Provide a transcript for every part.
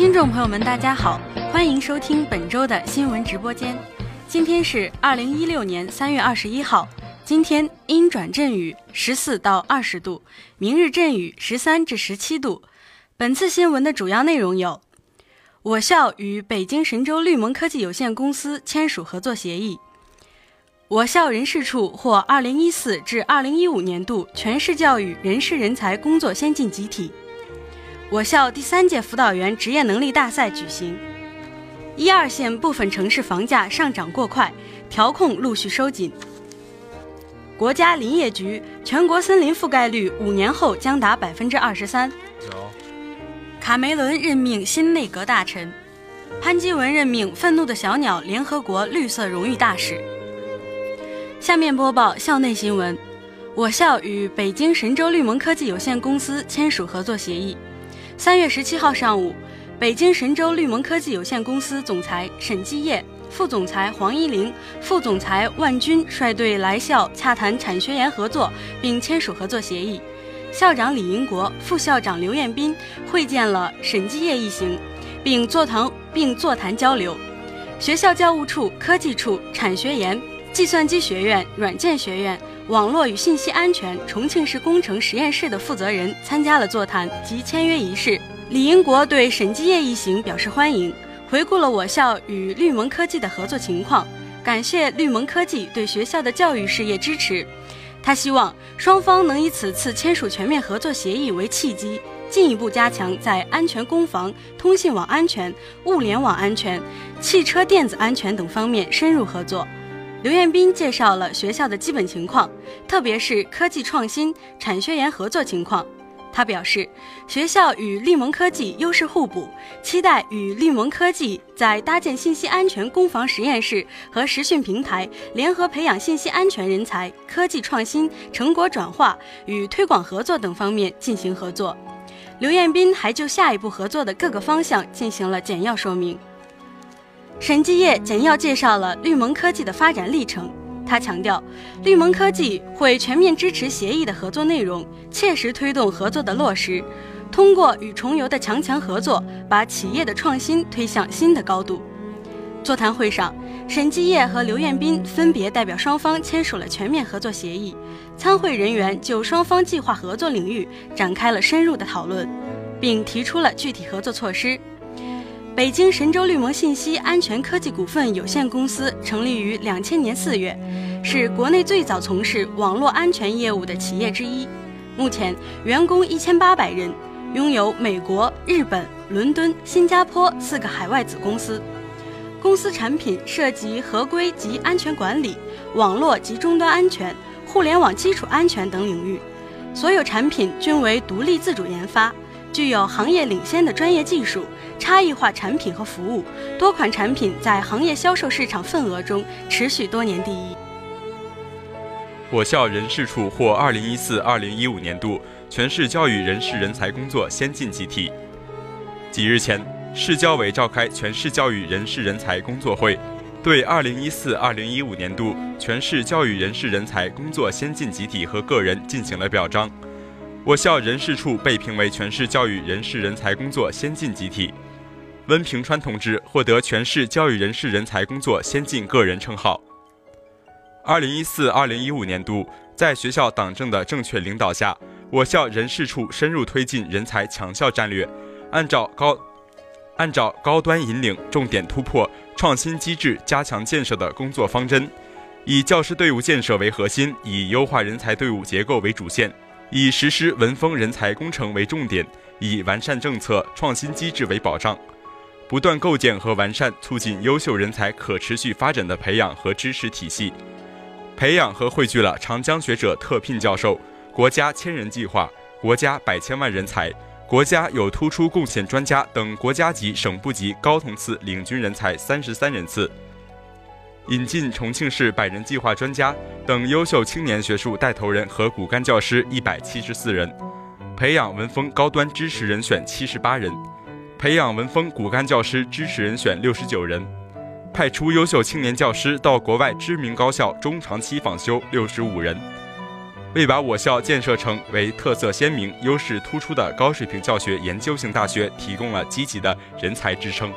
听众朋友们，大家好，欢迎收听本周的新闻直播间。今天是2016年3月21号，今天阴转阵雨14到20度，明日阵雨13至17度。本次新闻的主要内容有：我校与北京神州绿盟科技有限公司签署合作协议；我校人事处获2014至2015年度全市教育人事人才工作先进集体；我校第3届辅导员职业能力大赛举行；一二线部分城市房价上涨过快，调控陆续收紧；国家林业局全国森林覆盖率5年后将达23%；卡梅伦任命新内阁大臣；潘基文任命愤怒的小鸟联合国绿色荣誉大使。下面播报校内新闻：我校与北京神州绿盟科技有限公司签署合作协议。3月17号上午，北京神州绿盟科技有限公司总裁沈继业、副总裁黄一玲、副总裁万军率队来校洽谈产学研合作，并签署合作协议。校长李银国、副校长刘彦斌会见了沈继业一行，并座谈交流。学校教务处、科技处、产学研、计算机学院、软件学院、网络与信息安全重庆市工程实验室的负责人参加了座谈及签约仪式。李银国对沈继业一行表示欢迎，回顾了我校与绿盟科技的合作情况，感谢绿盟科技对学校的教育事业支持。他希望双方能以此次签署全面合作协议为契机，进一步加强在安全攻防、通信网安全、物联网安全、汽车电子安全等方面深入合作。刘彦斌介绍了学校的基本情况，特别是科技创新、产学研合作情况。他表示，学校与绿盟科技优势互补，期待与绿盟科技在搭建信息安全攻防实验室和实训平台，联合培养信息安全人才、科技创新、成果转化与推广合作等方面进行合作。刘彦斌还就下一步合作的各个方向进行了简要说明。沈继业简要介绍了绿盟科技的发展历程。他强调，绿盟科技会全面支持协议的合作内容，切实推动合作的落实，通过与重游的强合作，把企业的创新推向新的高度。座谈会上，沈继业和刘彦斌分别代表双方签署了全面合作协议，参会人员就双方计划合作领域展开了深入的讨论，并提出了具体合作措施。北京神州绿盟信息安全科技股份有限公司成立于2000年4月，是国内最早从事网络安全业务的企业之一。目前员工1800人，拥有美国、日本、伦敦、新加坡4个海外子公司。公司产品涉及合规及安全管理、网络及终端安全、互联网基础安全等领域，所有产品均为独立自主研发，具有行业领先的专业技术、差异化产品和服务，多款产品在行业销售市场份额中持续多年第一。 我校人事处获2014-2015年度全市教育人事人才工作先进集体。几日前，市教委召开全市教育人事人才工作会，对2014-2015年度全市教育人事人才工作先进集体和个人进行了表彰。我校人事处被评为全市教育人事人才工作先进集体，温平川同志获得全市教育人事人才工作先进个人称号。2014-2015年度，在学校党政的正确领导下，我校人事处深入推进人才强校战略，按照高端引领、重点突破、创新机制加强建设的工作方针，以教师队伍建设为核心，以优化人才队伍结构为主线，以实施文风人才工程为重点，以完善政策、创新机制为保障，不断构建和完善促进优秀人才可持续发展的培养和支持体系，培养和汇聚了长江学者特聘教授、国家1000人计划、国家100千万人才、国家有突出贡献专家等国家级、省部级高层次领军人才33人次，引进重庆市100人计划专家等优秀青年学术带头人和骨干教师174人，培养文风高端知识人选78人，培养文风骨干教师知识人选69人，派出优秀青年教师到国外知名高校中长期访修65人， 为把我校建设成为特色鲜明、优势突出的高水平教学研究型大学提供了积极的人才支撑。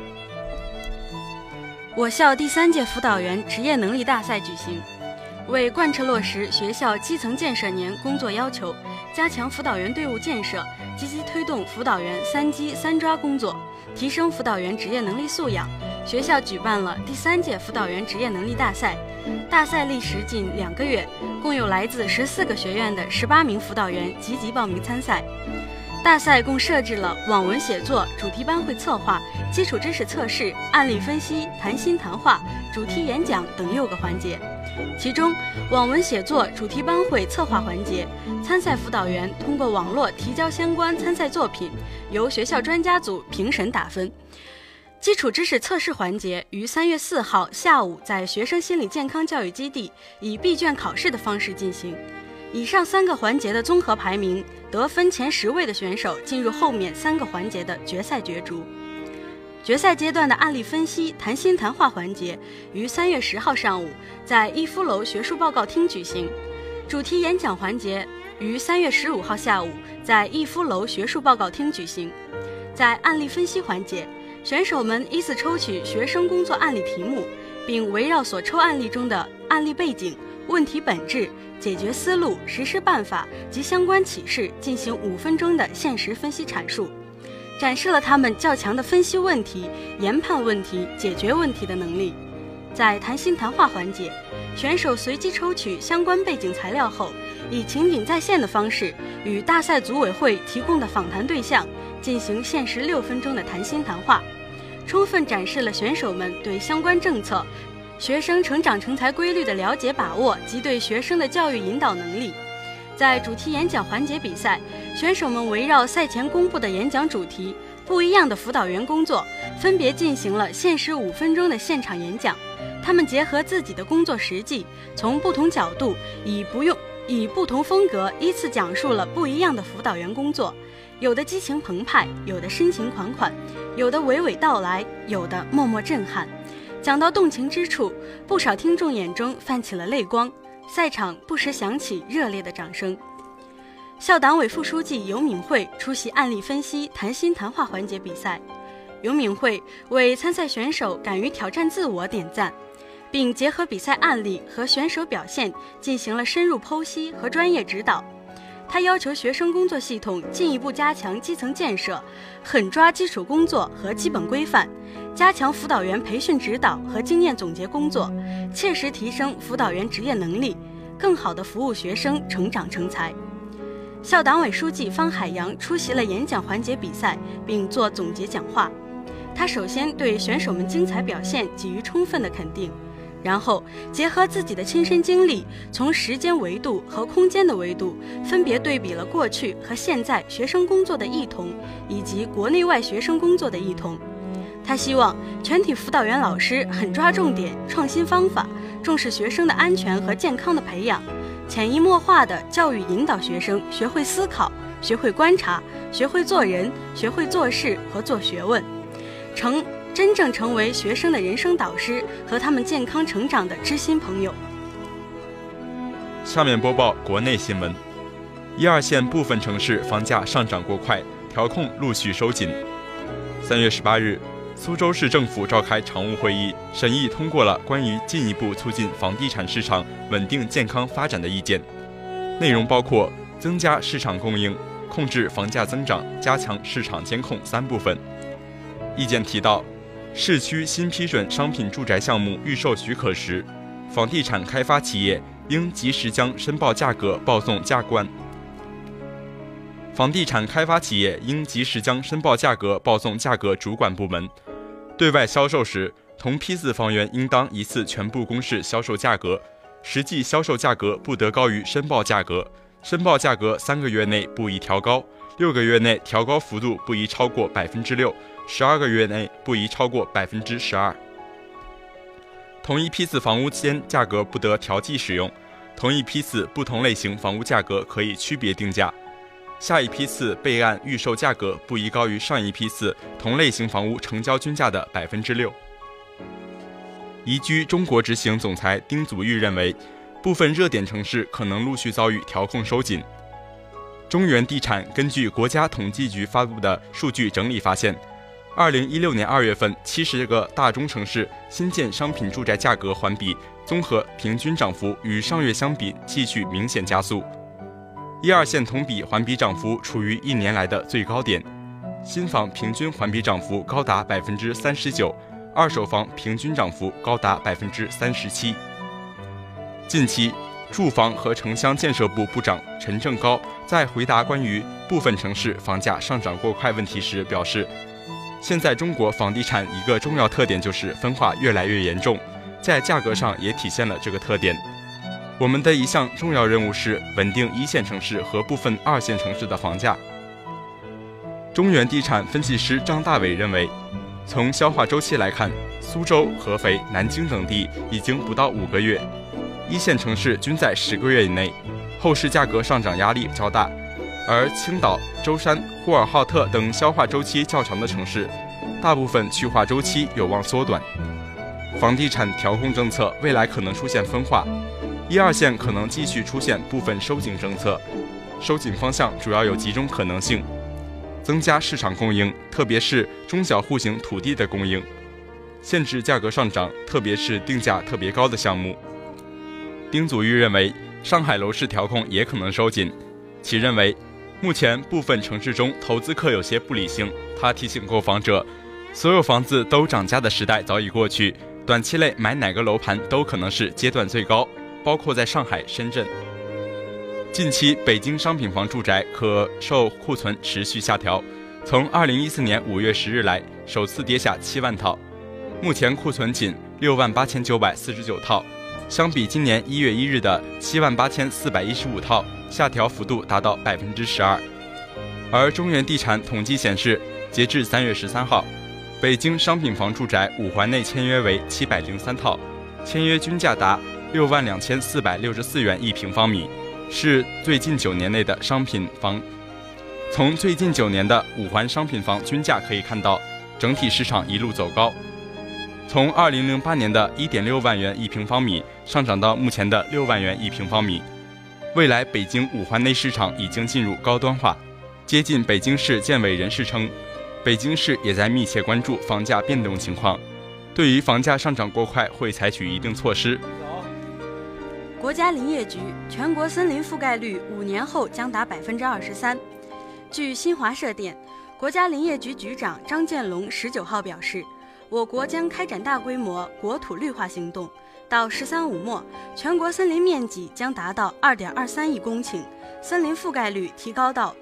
我校第3届辅导员职业能力大赛举行，为贯彻落实学校基层建设年工作要求，加强辅导员队伍建设，积极推动辅导员3击3抓工作，提升辅导员职业能力素养，学校举办了第3届辅导员职业能力大赛。大赛历时近2个月，共有来自14个学院的18名辅导员积极报名参赛。大赛共设置了网文写作、主题班会策划、基础知识测试、案例分析、谈心谈话、主题演讲等6个环节。其中，网文写作、主题班会策划环节，参赛辅导员通过网络提交相关参赛作品，由学校专家组评审打分。基础知识测试环节于3月4号下午在学生心理健康教育基地以闭卷考试的方式进行。以上3个环节的综合排名，得分前10位的选手进入后面3个环节的决赛角逐。决赛阶段的案例分析、谈心谈话环节于3月10号上午在逸夫楼学术报告厅举行，主题演讲环节于3月15号下午在逸夫楼学术报告厅举行。在案例分析环节，选手们依次抽取学生工作案例题目，并围绕所抽案例中的案例背景、问题本质、解决思路、实施办法及相关启示进行5分钟的现实分析阐述，展示了他们较强的分析问题、研判问题、解决问题的能力。在谈心谈话环节，选手随机抽取相关背景材料后，以情景再现的方式与大赛组委会提供的访谈对象进行限时6分钟的谈心谈话，充分展示了选手们对相关政策、学生成长成才规律的了解把握及对学生的教育引导能力。在主题演讲环节比赛，选手们围绕赛前公布的演讲主题、不一样的辅导员工作，分别进行了限时5分钟的现场演讲。他们结合自己的工作实际，从不同角度，以不同风格依次讲述了不一样的辅导员工作，有的激情澎湃，有的深情款款，有的娓娓道来，有的默默震撼。讲到动情之处，不少听众眼中泛起了泪光，赛场不时响起热烈的掌声。校党委副书记尤敏慧出席案例分析、谈心谈话环节比赛。尤敏慧为参赛选手敢于挑战自我点赞，并结合比赛案例和选手表现进行了深入剖析和专业指导。他要求学生工作系统进一步加强基层建设，狠抓基础工作和基本规范，加强辅导员培训指导和经验总结工作，切实提升辅导员职业能力，更好地服务学生成长成才。校党委书记方海洋出席了演讲环节比赛，并做总结讲话。他首先对选手们精彩表现给予充分的肯定，然后结合自己的亲身经历，从时间维度和空间的维度分别对比了过去和现在学生工作的异同，以及国内外学生工作的异同。他希望全体辅导员老师狠抓重点、创新方法，重视学生的安全和健康的培养，潜移默化地教育引导学生学会思考，学会观察，学会做人，学会做事和做学问，真正成为学生的人生导师和他们健康成长的知心朋友。 下面播报国内新闻。1、2线部分城市房价上涨过快，调控陆续收紧。3月18日，苏州市政府召开常务会议，审议通过了关于进一步促进房地产市场稳定健康发展的意见，内容包括增加市场供应、控制房价增长、加强市场监控3部分。意见提到，市区新批准商品住宅项目预售许可时，房地产开发企业应及时将申报价格报送价关。房地产开发企业应及时将申报价格报送价格主管部门。对外销售时，同批次房源应当一次全部公示销售价格，实际销售价格不得高于申报价格，申报价格3个月内不宜调高，6个月内调高幅度不宜超过6%，12个月内不宜超过12%。同一批次房屋间价格不得调剂使用，同一批次不同类型房屋价格可以区别定价。下一批次备案预售价格不宜高于上一批次同类型房屋成交均价的6%。移居中国执行总裁丁祖昱认为， 部分热点城市可能陆续遭遇调控收紧。中原地产根据国家统计局发布的数据整理发现，2016年2月份70个大中城市新建商品住宅价格环比综合平均涨幅与上月相比继续明显加速。1、2线同比环比涨幅处于1年来的最高点，新房平均环比涨幅高达39%，二手房平均涨幅高达37%。近期，住房和城乡建设部部长陈正高在回答关于部分城市房价上涨过快问题时表示，现在中国房地产一个重要特点就是分化越来越严重，在价格上也体现了这个特点。我们的一项重要任务是稳定1线城市和部分2线城市的房价。中原地产分析师张大伟认为，从消化周期来看，苏州、合肥、南京等地已经不到5个月，1线城市均在10个月以内，后市价格上涨压力较大。而青岛、舟山、呼和浩特等消化周期较长的城市，大部分去化周期有望缩短。房地产调控政策未来可能出现分化，1、2线可能继续出现部分收紧政策，收紧方向主要有几种可能性：增加市场供应，特别是中小户型土地的供应；限制价格上涨，特别是定价特别高的项目。丁祖玉认为，上海楼市调控也可能收紧。其认为，目前部分城市中投资客有些不理性。他提醒购房者，所有房子都涨价的时代早已过去，短期内买哪个楼盘都可能是阶段最高，包括在上海、深圳。近期北京商品房住宅可售库存持续下调，从2014年5月10日来首次跌下7万套，目前库存仅68949套，相比今年1月1日的78415套，下调幅度达到12%。而中原地产统计显示，截至3月13号，北京商品房住宅5环内签约为703套，签约均价达62464元1平方米，是最近9年内的商品房。从最近9年的5环商品房均价可以看到，整体市场一路走高，从2008年的1.6万元1平方米上涨到目前的6万元1平方米。未来北京5环内市场已经进入高端化。接近北京市建委人士称，北京市也在密切关注房价变动情况，对于房价上涨过快会采取一定措施。 国家林业局全国森林覆盖率5年后将达23%。据新华社电，国家林业局局长张建龙19号表示，我国将开展大规模国土绿化行动，到“15”末，全国森林面积将达到2.23亿公顷，森林覆盖率提高到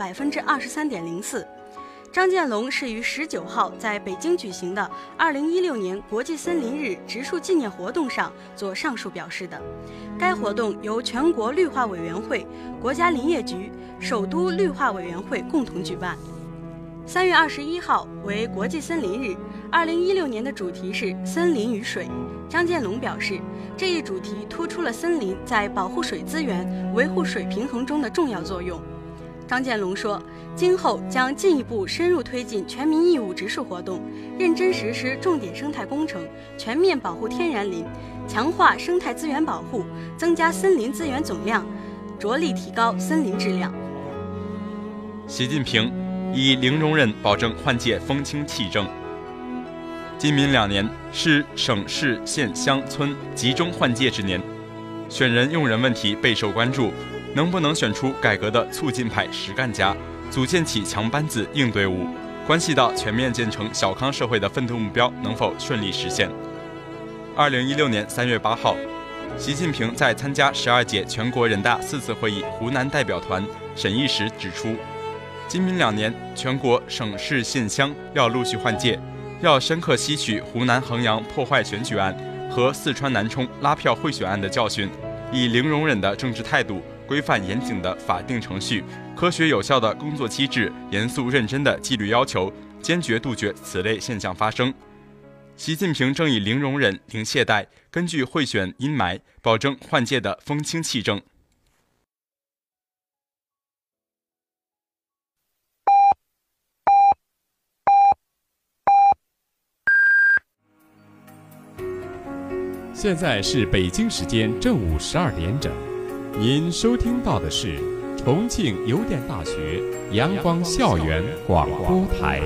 23.04%。张建龙是于19号在北京举行的2016年国际森林日植树纪念活动上做上述表示的。该活动由全国绿化委员会、国家林业局、首都绿化委员会共同举办。3月21号为国际森林日，2016年的主题是森林与水。张建龙表示，这一主题突出了森林在保护水资源、维护水平衡中的重要作用。张建龙说，今后将进一步深入推进全民义务植树活动，认真实施重点生态工程，全面保护天然林，强化生态资源保护，增加森林资源总量，着力提高森林质量。 习近平以零容忍保证换届风清气正。今明2年是省市县乡村集中换届之年，选人用人问题备受关注，能不能选出改革的促进派实干家，组建起强班子硬队伍，关系到全面建成小康社会的奋斗目标能否顺利实现。2016年3月8号，习近平在参加12届全国人大4次会议湖南代表团审议时指出，今明2年全国省市县乡要陆续换届，要深刻吸取湖南衡阳破坏选举案和四川南充拉票贿选案的教训，以零容忍的政治态度，规范严谨的法定程序，科学有效的工作机制，严肃认真的纪律要求，坚决杜绝此类现象发生。习近平正以零容忍、零懈怠，根据贿选阴霾，保证换届的风清气正。 现在是北京时间正午12点整，您收听到的是重庆邮电大学阳光校园广播台。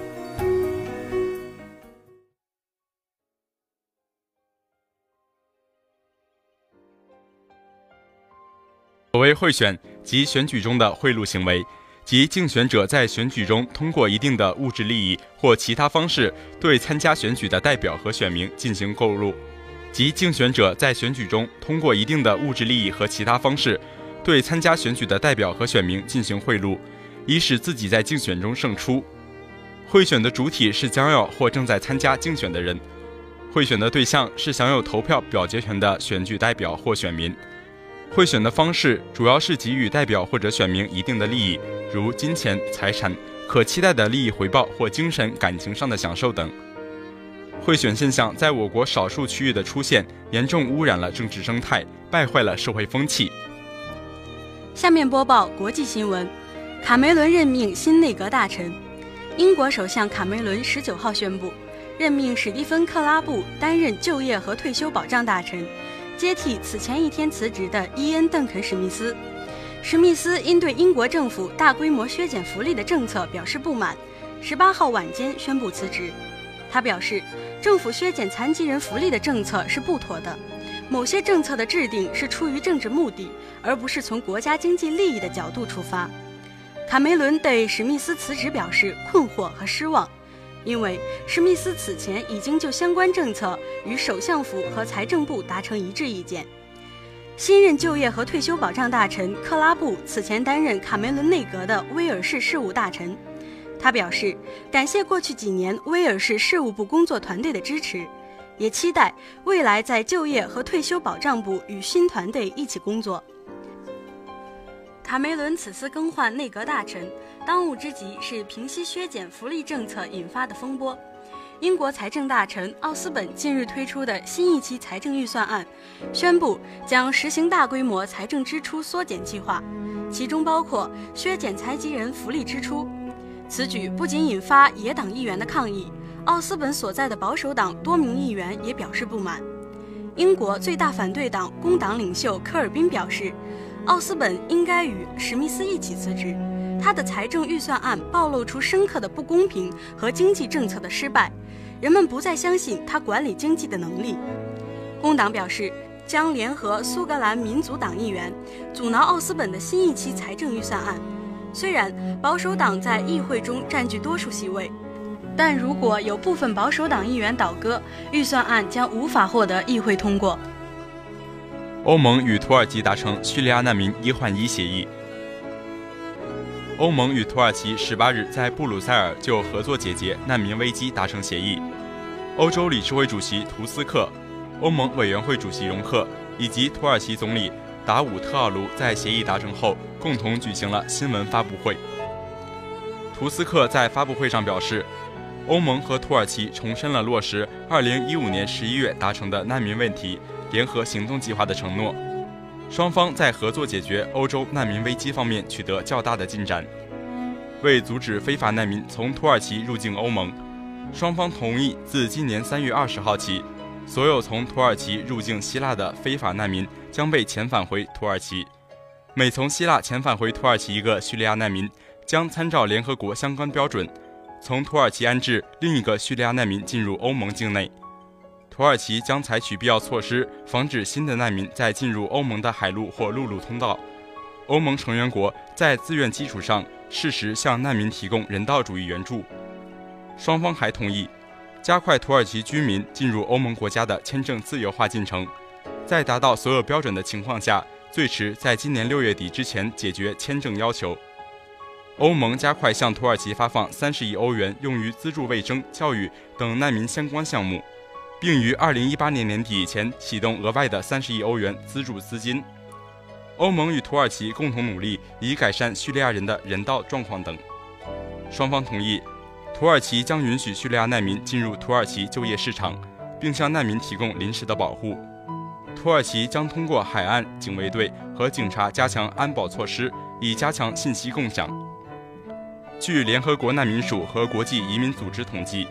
所谓贿选，即选举中的贿赂行为，即竞选者在选举中通过一定的物质利益或其他方式对参加选举的代表和选民进行购入。即竞选者在选举中通过一定的物质利益和其他方式对参加选举的代表和选民进行贿赂，以使自己在竞选中胜出。贿选的主体是将要或正在参加竞选的人，贿选的对象是享有投票表决权的选举代表或选民。贿选的方式主要是给予代表或者选民一定的利益，如金钱、财产、可期待的利益回报或精神、感情上的享受等。贿选现象在我国少数区域的出现，严重污染了政治生态，败坏了社会风气。 下面播报国际新闻：卡梅伦任命新内阁大臣。英国首相卡梅伦19号宣布，任命史蒂芬·克拉布担任就业和退休保障大臣，接替此前一天辞职的伊恩·邓肯·史密斯。史密斯因对英国政府大规模削减福利的政策表示不满，18号晚间宣布辞职。他表示，政府削减残疾人福利的政策是不妥的，某些政策的制定是出于政治目的，而不是从国家经济利益的角度出发。卡梅伦对史密斯辞职表示困惑和失望，因为史密斯此前已经就相关政策与首相府和财政部达成一致意见。新任就业和退休保障大臣克拉布此前担任卡梅伦内阁的威尔士事务大臣。他表示，感谢过去几年威尔士事务部工作团队的支持，也期待未来在就业和退休保障部与新团队一起工作。卡梅伦此次更换内阁大臣，当务之急是平息削减福利政策引发的风波。英国财政大臣奥斯本近日推出的新一期财政预算案，宣布将实行大规模财政支出缩减计划，其中包括削减残疾人福利支出。此举不仅引发野党议员的抗议，奥斯本所在的保守党多名议员也表示不满。英国最大反对党工党领袖科尔宾表示，奥斯本应该与史密斯一起辞职，他的财政预算案暴露出深刻的不公平和经济政策的失败，人们不再相信他管理经济的能力。工党表示将联合苏格兰民族党议员阻挠奥斯本的新一期财政预算案。虽然保守党在议会中占据多数席位，但如果有部分保守党议员倒戈，预算案将无法获得议会通过。 欧盟与土耳其达成叙利亚难民1换1协议。欧盟与土耳其18日在布鲁塞尔就合作解决难民危机达成协议。欧洲理事会主席图斯克、欧盟委员会主席容赫以及土耳其总理达武特奥卢在协议达成后共同举行了新闻发布会。图斯克在发布会上表示，欧盟和土耳其重申了落实2015年11月达成的难民问题联合行动计划的承诺，双方在合作解决欧洲难民危机方面取得较大的进展。为阻止非法难民从土耳其入境欧盟，双方同意自今年3月20号起，所有从土耳其入境希腊的非法难民将被遣返回土耳其。每从希腊遣返回土耳其一个叙利亚难民，将参照联合国相关标准，从土耳其安置另一个叙利亚难民进入欧盟境内。土耳其将采取必要措施，防止新的难民在进入欧盟的海路或陆路通道。欧盟成员国在自愿基础上适时向难民提供人道主义援助。双方还同意加快土耳其居民进入欧盟国家的签证自由化进程，在达到所有标准的情况下，最迟在今年6月底之前解决签证要求。欧盟加快向土耳其发放30亿欧元，用于资助卫生、教育等难民相关项目，并于2018年年底以前启动额外的30亿欧元资助资金。欧盟与土耳其共同努力，以改善叙利亚人的人道状况等。双方同意，土耳其将允许叙利亚难民进入土耳其就业市场，并向难民提供临时的保护。土耳其将通过海岸警卫队和警察加强安保措施，以加强信息共享。据联合国难民署和国际移民组织统计，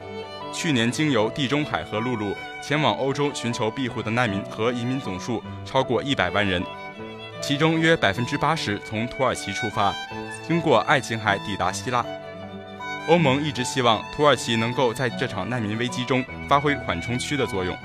去年经由地中海和陆路前往欧洲寻求庇护的难民和移民总数超过100万人，其中约80%从土耳其出发，经过爱琴海抵达希腊。欧盟一直希望土耳其能够在这场难民危机中发挥缓冲区的作用。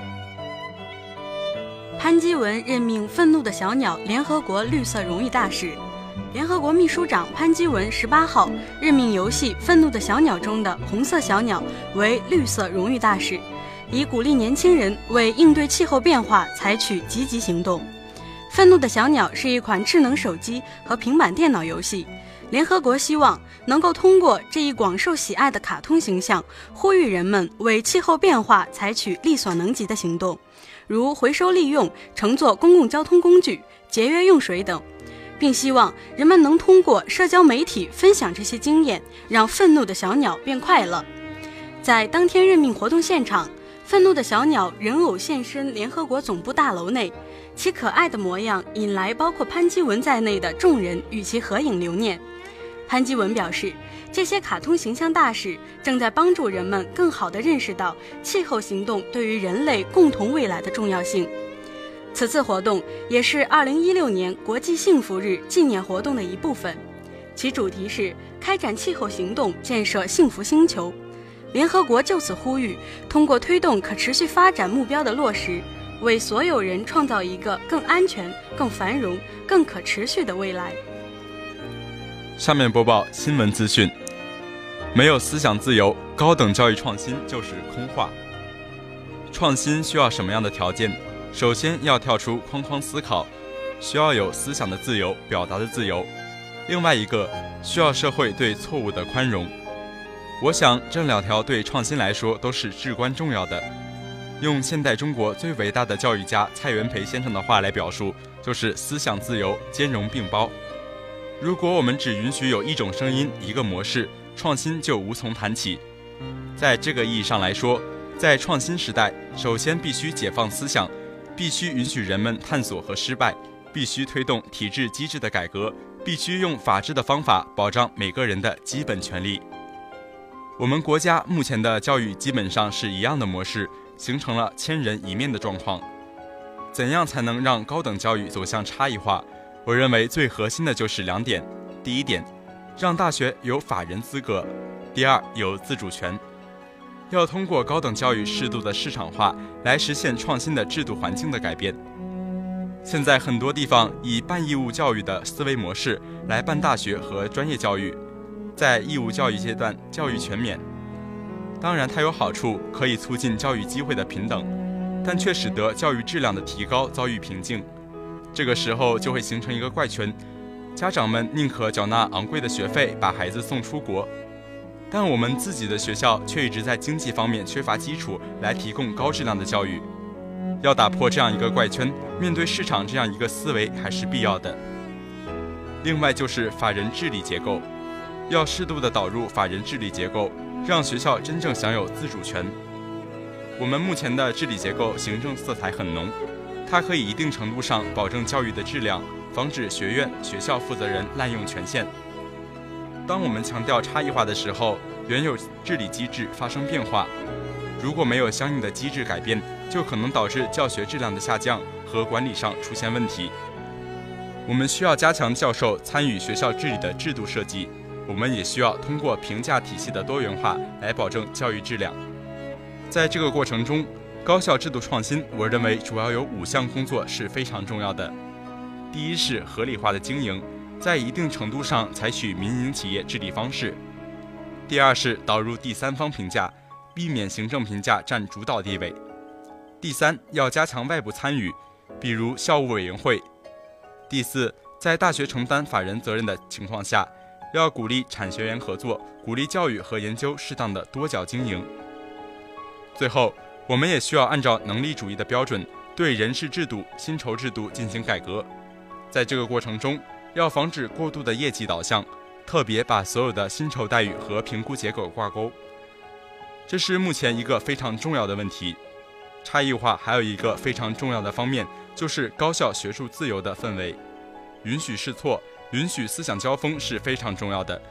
潘基文任命愤怒的小鸟联合国绿色荣誉大使。联合国秘书长潘基文18号任命游戏《愤怒的小鸟》中的红色小鸟为绿色荣誉大使，以鼓励年轻人为应对气候变化采取积极行动。愤怒的小鸟是一款智能手机和平板电脑游戏，联合国希望能够通过这一广受喜爱的卡通形象，呼吁人们为气候变化采取力所能及的行动，如回收利用、乘坐公共交通工具、节约用水等，并希望人们能通过社交媒体分享这些经验，让愤怒的小鸟变快乐。在当天任命活动现场，愤怒的小鸟人偶现身联合国总部大楼内，其可爱的模样引来包括潘基文在内的众人与其合影留念。潘基文表示，这些卡通形象大使正在帮助人们更好地认识到气候行动对于人类共同未来的重要性。此次活动也是2016年国际幸福日纪念活动的一部分，其主题是开展气候行动，建设幸福星球。联合国就此呼吁，通过推动可持续发展目标的落实，为所有人创造一个更安全、更繁荣、更可持续的未来。 下面播报新闻资讯。没有思想自由，高等教育创新就是空话。创新需要什么样的条件？首先要跳出框框思考，需要有思想的自由、表达的自由。另外一个，需要社会对错误的宽容。我想这两条对创新来说都是至关重要的。用现代中国最伟大的教育家蔡元培先生的话来表述，就是思想自由兼容并包。如果我们只允许有一种声音、一个模式，创新就无从谈起。在这个意义上来说，在创新时代，首先必须解放思想，必须允许人们探索和失败，必须推动体制机制的改革，必须用法治的方法保障每个人的基本权利。我们国家目前的教育基本上是一样的模式，形成了千人一面的状况。怎样才能让高等教育走向差异化？我认为最核心的就是2点。第一点，让大学有法人资格；第二，有自主权。要通过高等教育适度的市场化，来实现创新的制度环境的改变。现在很多地方以办义务教育的思维模式来办大学和专业教育，在义务教育阶段教育全免。当然它有好处，可以促进教育机会的平等，但却使得教育质量的提高遭遇瓶颈。这个时候就会形成一个怪圈，家长们宁可缴纳昂贵的学费把孩子送出国，但我们自己的学校却一直在经济方面缺乏基础来提供高质量的教育。要打破这样一个怪圈，面对市场这样一个思维还是必要的。另外就是法人治理结构，要适度地导入法人治理结构，让学校真正享有自主权。我们目前的治理结构行政色彩很浓，它可以一定程度上保证教育的质量，防止学院、学校负责人滥用权限。当我们强调差异化的时候，原有治理机制发生变化，如果没有相应的机制改变，就可能导致教学质量的下降和管理上出现问题。我们需要加强教授参与学校治理的制度设计，我们也需要通过评价体系的多元化来保证教育质量。在这个过程中，高校制度创新，我认为主要有5项工作是非常重要的。第一是合理化的经营，在一定程度上采取民营企业治理方式。第二是导入第三方评价，避免行政评价占主导地位。第三，要加强外部参与，比如校务委员会。第四，在大学承担法人责任的情况下，要鼓励产学研合作，鼓励教育和研究适当的多角经营。最后，我们也需要按照能力主义的标准，对人事制度、薪酬制度进行改革。在这个过程中，要防止过度的业绩导向，特别把所有的薪酬待遇和评估结构挂钩。这是目前一个非常重要的问题。差异化还有一个非常重要的方面，就是高校学术自由的氛围。允许试错，允许思想交锋是非常重要的。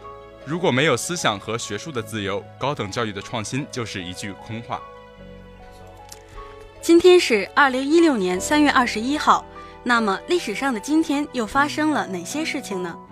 如果没有思想和学术的自由，高等教育的创新就是一句空话。 今天是2016年3月21号，那么历史上的今天又发生了哪些事情呢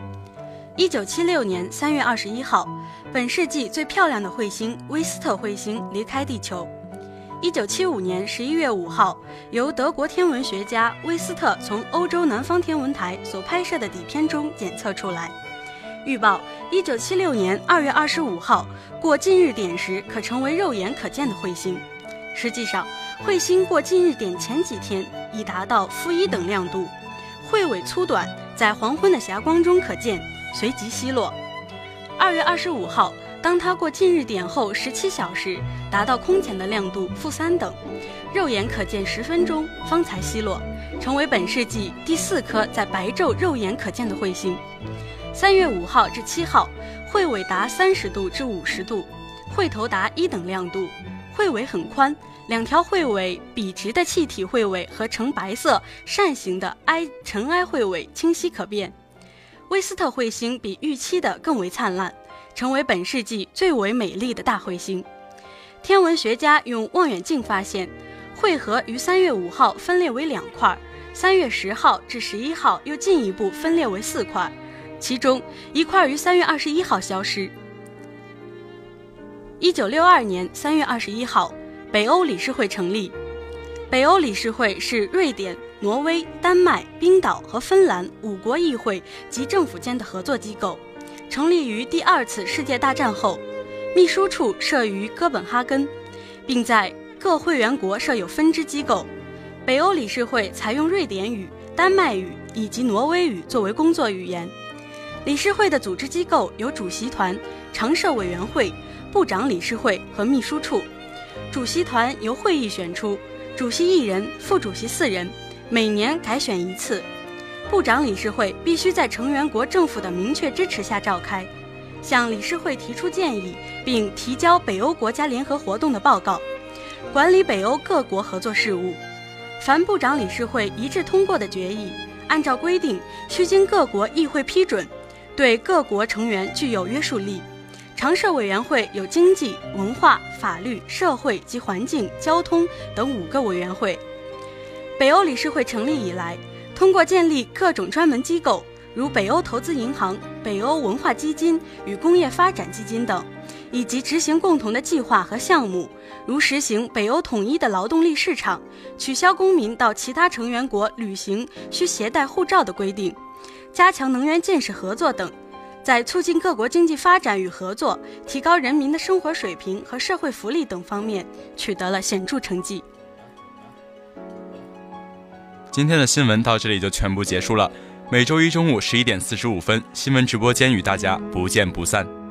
？1976年3月21号，本世纪最漂亮的彗星威斯特彗星离开地球。1975年11月5号，由德国天文学家威斯特从欧洲南方天文台所拍摄的底片中检测出来。预报1976年2月25号过近日点时可成为肉眼可见的彗星。实际上，彗星过近日点前几天已达到-1等亮度，彗尾粗短，在黄昏的霞光中可见，随即熄落。2月25号，当它过近日点后17小时，达到空前的亮度-3等，肉眼可见10分钟方才熄落，成为本世纪第4颗在白昼肉眼可见的彗星。3月5号至7号，彗尾达30度至50度，彗头达1等亮度，彗尾很宽，两条彗尾笔直的气体彗尾和呈白色扇形的尘埃彗尾清晰可辨。威斯特彗星比预期的更为灿烂，成为本世纪最为美丽的大彗星。天文学家用望远镜发现，彗核于3月5号分裂为2块，3月10号至11号又进一步分裂为4块，其中一块于3月21号消失。1962年3月21号，北欧理事会成立。北欧理事会是瑞典、挪威、丹麦、冰岛和芬兰5国议会及政府间的合作机构，成立于第2次世界大战后。秘书处设于哥本哈根，并在各会员国设有分支机构。北欧理事会采用瑞典语、丹麦语以及挪威语作为工作语言。理事会的组织机构有主席团、常设委员会、部长理事会和秘书处。主席团由会议选出，主席1人，副主席4人，每年改选1次。部长理事会必须在成员国政府的明确支持下召开，向理事会提出建议，并提交北欧国家联合活动的报告，管理北欧各国合作事务。凡部长理事会一致通过的决议，按照规定需经各国议会批准，对各国成员具有约束力。常设委员会有经济、文化、法律、社会及环境、交通等5个委员会。北欧理事会成立以来，通过建立各种专门机构，如北欧投资银行、北欧文化基金与工业发展基金等，以及执行共同的计划和项目，如实行北欧统一的劳动力市场，取消公民到其他成员国旅行需携带护照的规定，加强能源建设合作等，在促进各国经济发展与合作、提高人民的生活水平和社会福利等方面取得了显著成绩。 今天的新闻到这里就全部结束了。每周一中午11点45分，新闻直播间与大家不见不散。